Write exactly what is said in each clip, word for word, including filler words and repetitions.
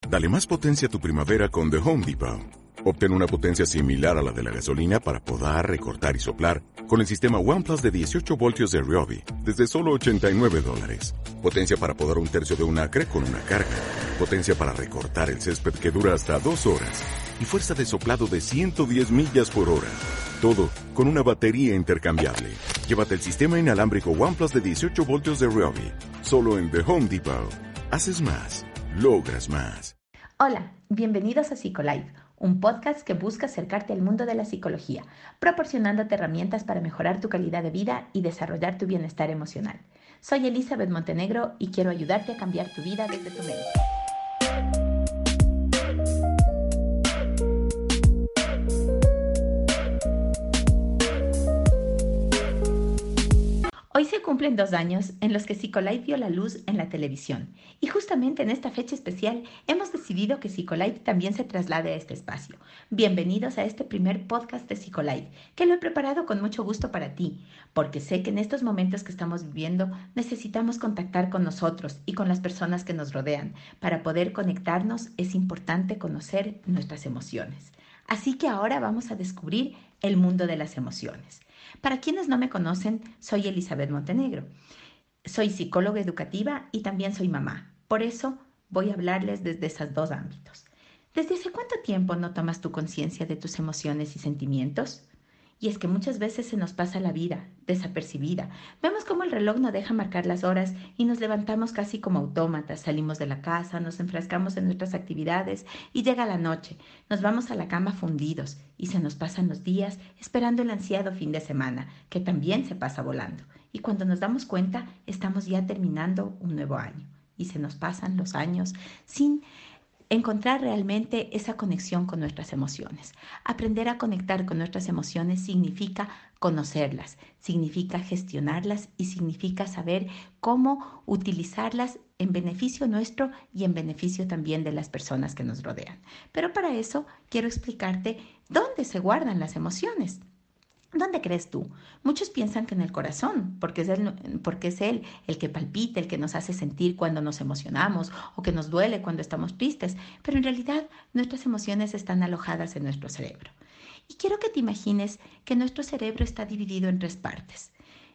Dale más potencia a tu primavera con The Home Depot. Obtén una potencia similar a la de la gasolina para podar, recortar y soplar con el sistema OnePlus de dieciocho voltios de Ryobi desde solo ochenta y nueve dólares. Potencia para podar un tercio de un acre con una carga. Potencia para recortar el césped que dura hasta dos horas. Y fuerza de soplado de ciento diez millas por hora. Todo con una batería intercambiable. Llévate el sistema inalámbrico OnePlus de dieciocho voltios de Ryobi. Solo en The Home Depot. Haces más. Logras más. Hola, bienvenidos a Psicolife, un podcast que busca acercarte al mundo de la psicología, proporcionándote herramientas para mejorar tu calidad de vida y desarrollar tu bienestar emocional. Soy Elizabeth Montenegro y quiero ayudarte a cambiar tu vida desde tu mente. Hoy se cumplen dos años en los que Psicolife vio la luz en la televisión y justamente en esta fecha especial hemos decidido que Psicolife también se traslade a este espacio. Bienvenidos a este primer podcast de Psicolife, que lo he preparado con mucho gusto para ti, porque sé que en estos momentos que estamos viviendo necesitamos contactar con nosotros y con las personas que nos rodean. Para poder conectarnos es importante conocer nuestras emociones. Así que ahora vamos a descubrir el mundo de las emociones. Para quienes no me conocen, soy Elizabeth Montenegro. Soy psicóloga educativa y también soy mamá. Por eso voy a hablarles desde esos dos ámbitos. ¿Desde hace cuánto tiempo no tomas tu conciencia de tus emociones y sentimientos? Y es que muchas veces se nos pasa la vida desapercibida. Vemos cómo el reloj no deja marcar las horas y nos levantamos casi como autómatas. Salimos de la casa, nos enfrascamos en nuestras actividades y llega la noche. Nos vamos a la cama fundidos y se nos pasan los días esperando el ansiado fin de semana, que también se pasa volando. Y cuando nos damos cuenta, estamos ya terminando un nuevo año. Y se nos pasan los años sin encontrar realmente esa conexión con nuestras emociones. Aprender a conectar con nuestras emociones significa conocerlas, significa gestionarlas y significa saber cómo utilizarlas en beneficio nuestro y en beneficio también de las personas que nos rodean. Pero para eso quiero explicarte dónde se guardan las emociones. ¿Dónde crees tú? Muchos piensan que en el corazón, porque es, él, porque es él el que palpita, el que nos hace sentir cuando nos emocionamos o que nos duele cuando estamos tristes, pero en realidad nuestras emociones están alojadas en nuestro cerebro. Y quiero que te imagines que nuestro cerebro está dividido en tres partes.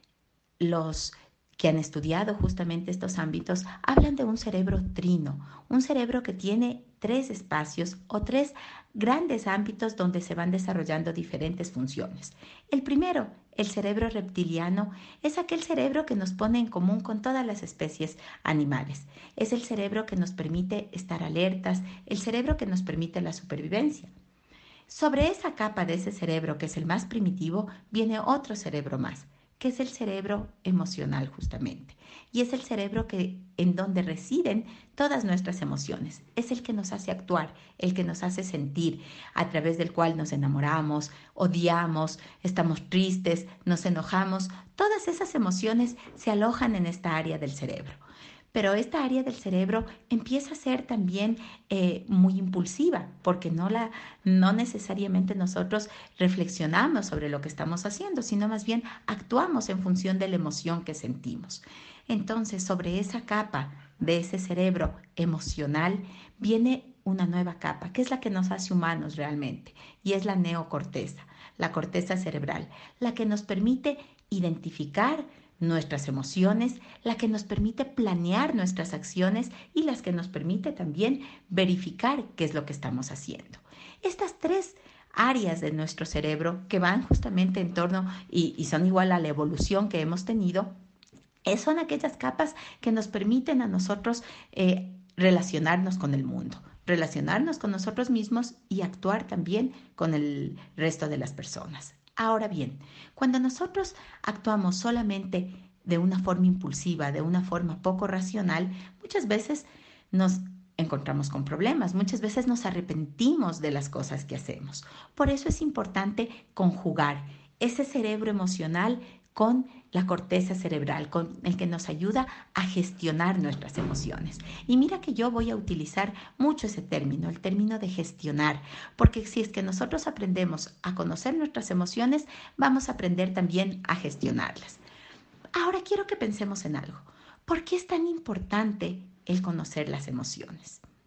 Los que han estudiado justamente estos ámbitos hablan de un cerebro trino, un cerebro que tiene tres espacios o tres grandes ámbitos donde se van desarrollando diferentes funciones. El primero, el cerebro reptiliano, es aquel cerebro que nos pone en común con todas las especies animales. Es el cerebro que nos permite estar alertas, el cerebro que nos permite la supervivencia. Sobre esa capa de ese cerebro, que es el más primitivo, viene otro cerebro más, que es el cerebro emocional justamente. Y es el cerebro que, en donde residen todas nuestras emociones. Es el que nos hace actuar, el que nos hace sentir, a través del cual nos enamoramos, odiamos, estamos tristes, nos enojamos. Todas esas emociones se alojan en esta área del cerebro. Pero esta área del cerebro empieza a ser también eh, muy impulsiva, porque no, la, no necesariamente nosotros reflexionamos sobre lo que estamos haciendo, sino más bien actuamos en función de la emoción que sentimos. Entonces, sobre esa capa de ese cerebro emocional viene una nueva capa, que es la que nos hace humanos realmente, y es la neocorteza, la corteza cerebral, la que nos permite identificar nuestras emociones, la que nos permite planear nuestras acciones y las que nos permite también verificar qué es lo que estamos haciendo. Estas tres áreas de nuestro cerebro que van justamente en torno y, y son igual a la evolución que hemos tenido, eh, son aquellas capas que nos permiten a nosotros eh, relacionarnos con el mundo, relacionarnos con nosotros mismos y actuar también con el resto de las personas. Ahora bien, cuando nosotros actuamos solamente de una forma impulsiva, de una forma poco racional, muchas veces nos encontramos con problemas, muchas veces nos arrepentimos de las cosas que hacemos. Por eso es importante conjugar ese cerebro emocional con la corteza cerebral, con el que nos ayuda a gestionar nuestras emociones. Y mira que yo voy a utilizar mucho ese término, el término de gestionar, porque si es que nosotros aprendemos a conocer nuestras emociones, vamos a aprender también a gestionarlas. Ahora quiero que pensemos en algo. ¿Por qué es tan importante el conocer las emociones?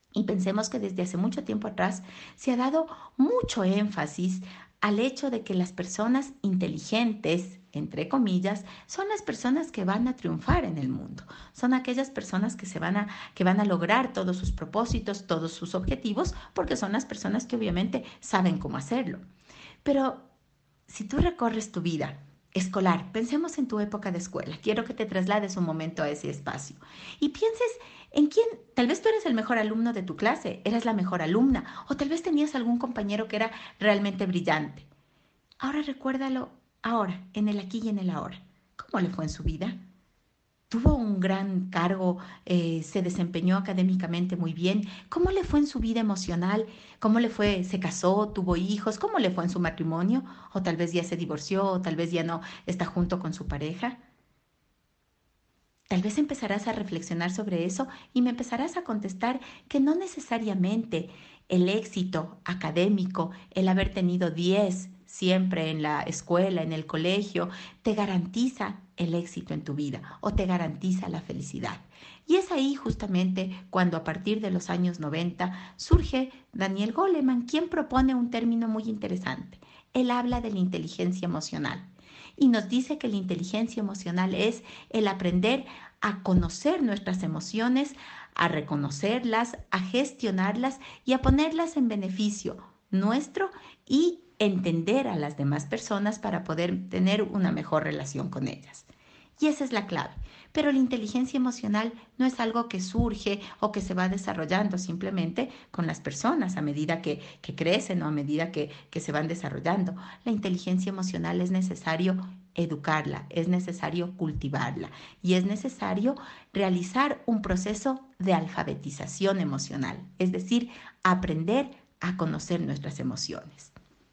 Y pensemos que desde hace mucho tiempo atrás se ha dado mucho énfasis al hecho de que las personas inteligentes, entre comillas, son las personas que van a triunfar en el mundo. Son aquellas personas que se van a, que van a lograr todos sus propósitos, todos sus objetivos, porque son las personas que obviamente saben cómo hacerlo. Pero si tú recorres tu vida escolar, pensemos en tu época de escuela, quiero que te traslades un momento a ese espacio y pienses en quién, tal vez tú eres el mejor alumno de tu clase, eras la mejor alumna, o tal vez tenías algún compañero que era realmente brillante. Ahora recuérdalo ahora, en el aquí y en el ahora. ¿Cómo le fue en su vida? Tuvo un gran cargo, eh, se desempeñó académicamente muy bien. ¿Cómo le fue en su vida emocional? ¿Cómo le fue? ¿Se casó? ¿Tuvo hijos? ¿Cómo le fue en su matrimonio? O tal vez ya se divorció, o tal vez ya no está junto con su pareja. Tal vez empezarás a reflexionar sobre eso y me empezarás a contestar que no necesariamente el éxito académico, el haber tenido diez siempre en la escuela, en el colegio, te garantiza el éxito en tu vida o te garantiza la felicidad. Y es ahí justamente cuando a partir de los años noventa surge Daniel Goleman, quien propone un término muy interesante. Él habla de la inteligencia emocional y nos dice que la inteligencia emocional es el aprender a conocer nuestras emociones, a reconocerlas, a gestionarlas y a ponerlas en beneficio nuestro y entender a las demás personas para poder tener una mejor relación con ellas. Y esa es la clave. Pero la inteligencia emocional no es algo que surge o que se va desarrollando simplemente con las personas a medida que, que crecen o a medida que, que se van desarrollando. La inteligencia emocional es necesario educarla, es necesario cultivarla y es necesario realizar un proceso de alfabetización emocional, es decir, aprender a conocer nuestras emociones.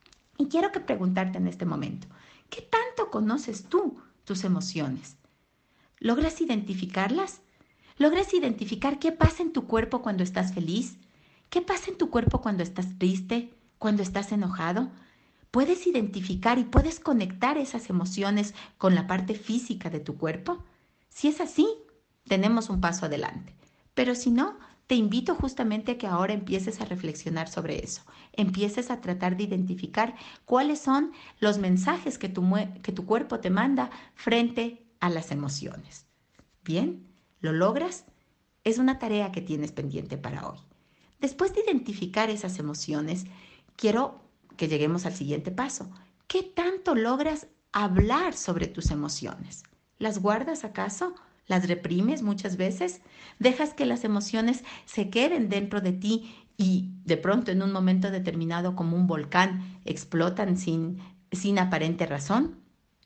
Y quiero que preguntarte en este momento, ¿qué tanto conoces tú tus emociones? ¿Logras identificarlas? ¿Logras identificar qué pasa en tu cuerpo cuando estás feliz? ¿Qué pasa en tu cuerpo cuando estás triste? ¿Cuando estás enojado? ¿Puedes identificar y puedes conectar esas emociones con la parte física de tu cuerpo? Si es así, tenemos un paso adelante. Pero si no, te invito justamente a que ahora empieces a reflexionar sobre eso. Empieces a tratar de identificar cuáles son los mensajes que tu, que tu cuerpo te manda frente a las emociones. ¿Bien? ¿Lo logras? Es una tarea que tienes pendiente para hoy. Después de identificar esas emociones, quiero que lleguemos al siguiente paso. ¿Qué tanto logras hablar sobre tus emociones? ¿Las guardas acaso? ¿Las reprimes muchas veces? ¿Dejas que las emociones se queden dentro de ti y de pronto en un momento determinado como un volcán explotan sin, sin aparente razón?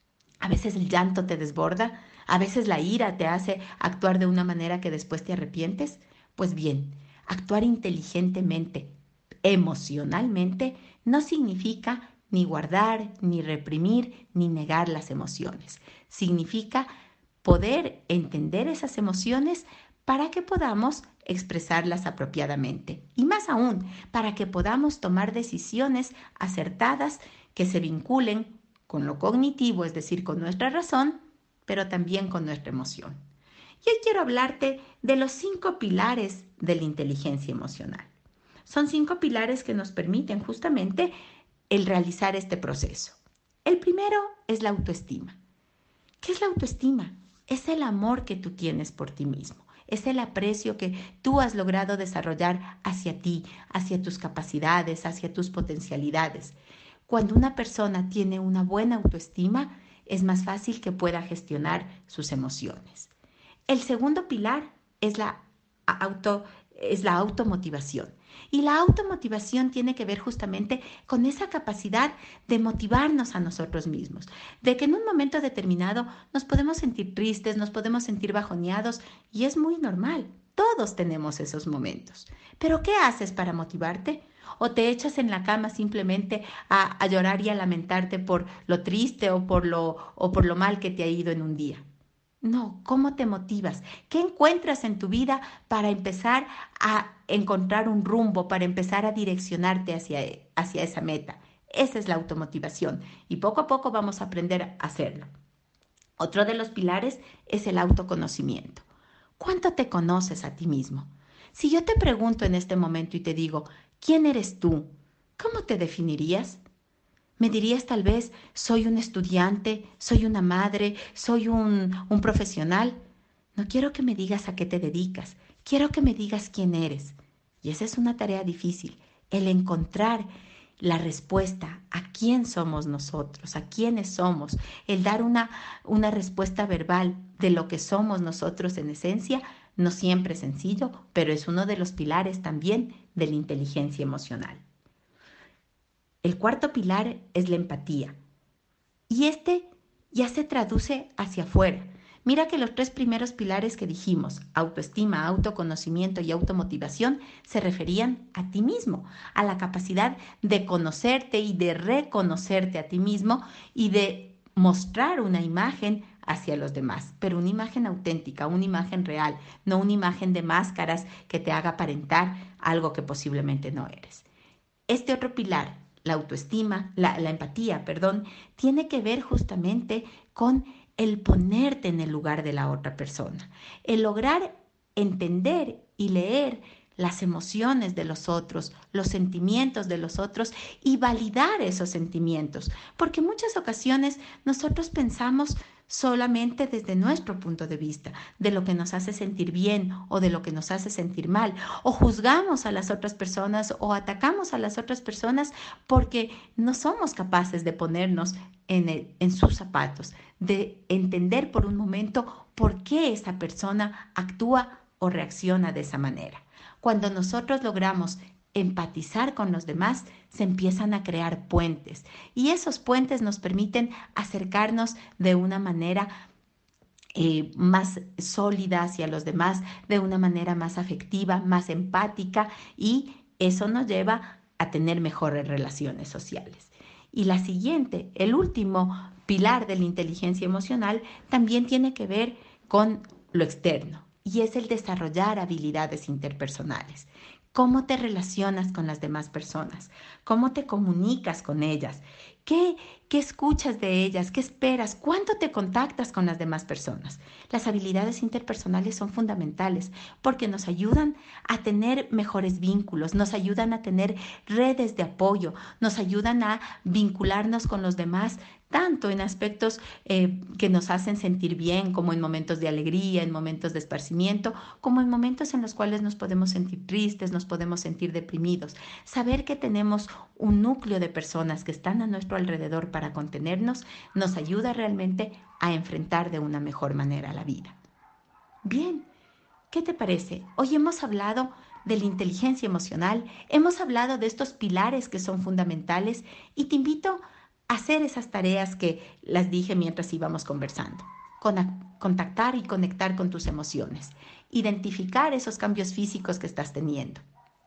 A veces el llanto te desborda, a veces la ira te hace actuar de una manera que después te arrepientes. Pues bien, actuar inteligentemente, emocionalmente, no significa ni guardar, ni reprimir, ni negar las emociones. Significa poder entender esas emociones para que podamos expresarlas apropiadamente. Y más aún, para que podamos tomar decisiones acertadas que se vinculen con lo cognitivo, es decir, con nuestra razón, pero también con nuestra emoción. Y hoy quiero hablarte de los cinco pilares de la inteligencia emocional. Son cinco pilares que nos permiten justamente el realizar este proceso. El primero es la autoestima. ¿Qué es la autoestima? Es el amor que tú tienes por ti mismo. Es el aprecio que tú has logrado desarrollar hacia ti, hacia tus capacidades, hacia tus potencialidades. Cuando una persona tiene una buena autoestima, es más fácil que pueda gestionar sus emociones. El segundo pilar es la, auto, es la automotivación. Y la automotivación tiene que ver justamente con esa capacidad de motivarnos a nosotros mismos, de que en un momento determinado nos podemos sentir tristes, nos podemos sentir bajoneados y es muy normal. Todos tenemos esos momentos. ¿Pero qué haces para motivarte? ¿O te echas en la cama simplemente a, a llorar y a lamentarte por lo triste o por lo, o por lo mal que te ha ido en un día? No, ¿cómo te motivas? ¿Qué encuentras en tu vida para empezar a encontrar un rumbo, para empezar a direccionarte hacia, hacia esa meta? Esa es la automotivación y poco a poco vamos a aprender a hacerlo. Otro de los pilares es el autoconocimiento. ¿Cuánto te conoces a ti mismo? Si yo te pregunto en este momento y te digo, ¿quién eres tú? ¿Cómo te definirías? Me dirías tal vez, soy un estudiante, soy una madre, soy un, un profesional. No quiero que me digas a qué te dedicas, quiero que me digas quién eres. Y esa es una tarea difícil, el encontrar la respuesta a quién somos nosotros, a quiénes somos, el dar una, una respuesta verbal de lo que somos nosotros en esencia, no siempre es sencillo, pero es uno de los pilares también de la inteligencia emocional. El cuarto pilar es la empatía y este ya se traduce hacia afuera. Mira que los tres primeros pilares que dijimos, autoestima, autoconocimiento y automotivación, se referían a ti mismo, a la capacidad de conocerte y de reconocerte a ti mismo y de mostrar una imagen hacia los demás, pero una imagen auténtica, una imagen real, no una imagen de máscaras que te haga aparentar algo que posiblemente no eres. Este otro pilar, la autoestima, la, la empatía, perdón, tiene que ver justamente con el ponerte en el lugar de la otra persona, el lograr entender y leer las emociones de los otros, los sentimientos de los otros y validar esos sentimientos, porque en muchas ocasiones nosotros pensamos solamente desde nuestro punto de vista, de lo que nos hace sentir bien o de lo que nos hace sentir mal, o juzgamos a las otras personas o atacamos a las otras personas porque no somos capaces de ponernos en, el, en sus zapatos, de entender por un momento por qué esa persona actúa o reacciona de esa manera. Cuando nosotros logramos empatizar con los demás, se empiezan a crear puentes y esos puentes nos permiten acercarnos de una manera eh, más sólida hacia los demás, de una manera más afectiva, más empática y eso nos lleva a tener mejores relaciones sociales. Y la siguiente, el último pilar de la inteligencia emocional también tiene que ver con lo externo y es el desarrollar habilidades interpersonales. ¿Cómo te relacionas con las demás personas? ¿Cómo te comunicas con ellas? ¿Qué, qué escuchas de ellas? ¿Qué esperas? ¿Cuánto te contactas con las demás personas? Las habilidades interpersonales son fundamentales porque nos ayudan a tener mejores vínculos, nos ayudan a tener redes de apoyo, nos ayudan a vincularnos con los demás tanto en aspectos eh, que nos hacen sentir bien, como en momentos de alegría, en momentos de esparcimiento, como en momentos en los cuales nos podemos sentir tristes, nos podemos sentir deprimidos. Saber que tenemos un núcleo de personas que están a nuestro alrededor para contenernos nos ayuda realmente a enfrentar de una mejor manera la vida. Bien, ¿qué te parece? Hoy hemos hablado de la inteligencia emocional, hemos hablado de estos pilares que son fundamentales y te invito a hacer esas tareas que las dije mientras íbamos conversando. Contactar y conectar con tus emociones. Identificar esos cambios físicos que estás teniendo.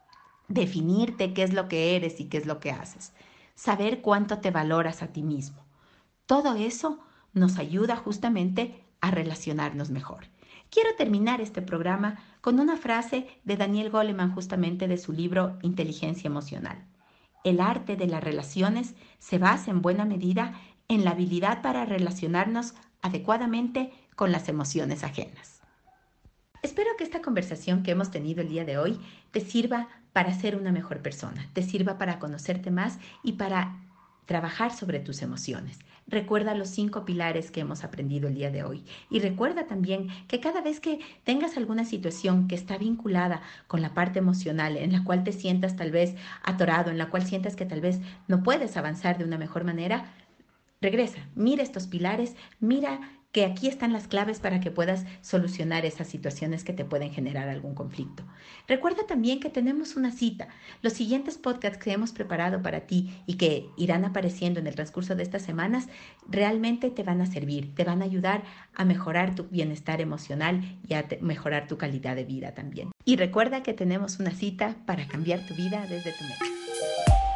Definirte qué es lo que eres y qué es lo que haces. Saber cuánto te valoras a ti mismo. Todo eso nos ayuda justamente a relacionarnos mejor. Quiero terminar este programa con una frase de Daniel Goleman, justamente de su libro Inteligencia Emocional. El arte de las relaciones se basa en buena medida en la habilidad para relacionarnos adecuadamente con las emociones ajenas. Espero que esta conversación que hemos tenido el día de hoy te sirva para ser una mejor persona, te sirva para conocerte más y para trabajar sobre tus emociones. Recuerda los cinco pilares que hemos aprendido el día de hoy y recuerda también que cada vez que tengas alguna situación que está vinculada con la parte emocional, en la cual te sientas tal vez atorado, en la cual sientas que tal vez no puedes avanzar de una mejor manera, regresa, mira estos pilares, mira que aquí están las claves para que puedas solucionar esas situaciones que te pueden generar algún conflicto. Recuerda también que tenemos una cita. Los siguientes podcasts que hemos preparado para ti y que irán apareciendo en el transcurso de estas semanas realmente te van a servir, te van a ayudar a mejorar tu bienestar emocional y a mejorar tu calidad de vida también. Y recuerda que tenemos una cita para cambiar tu vida desde tu mente.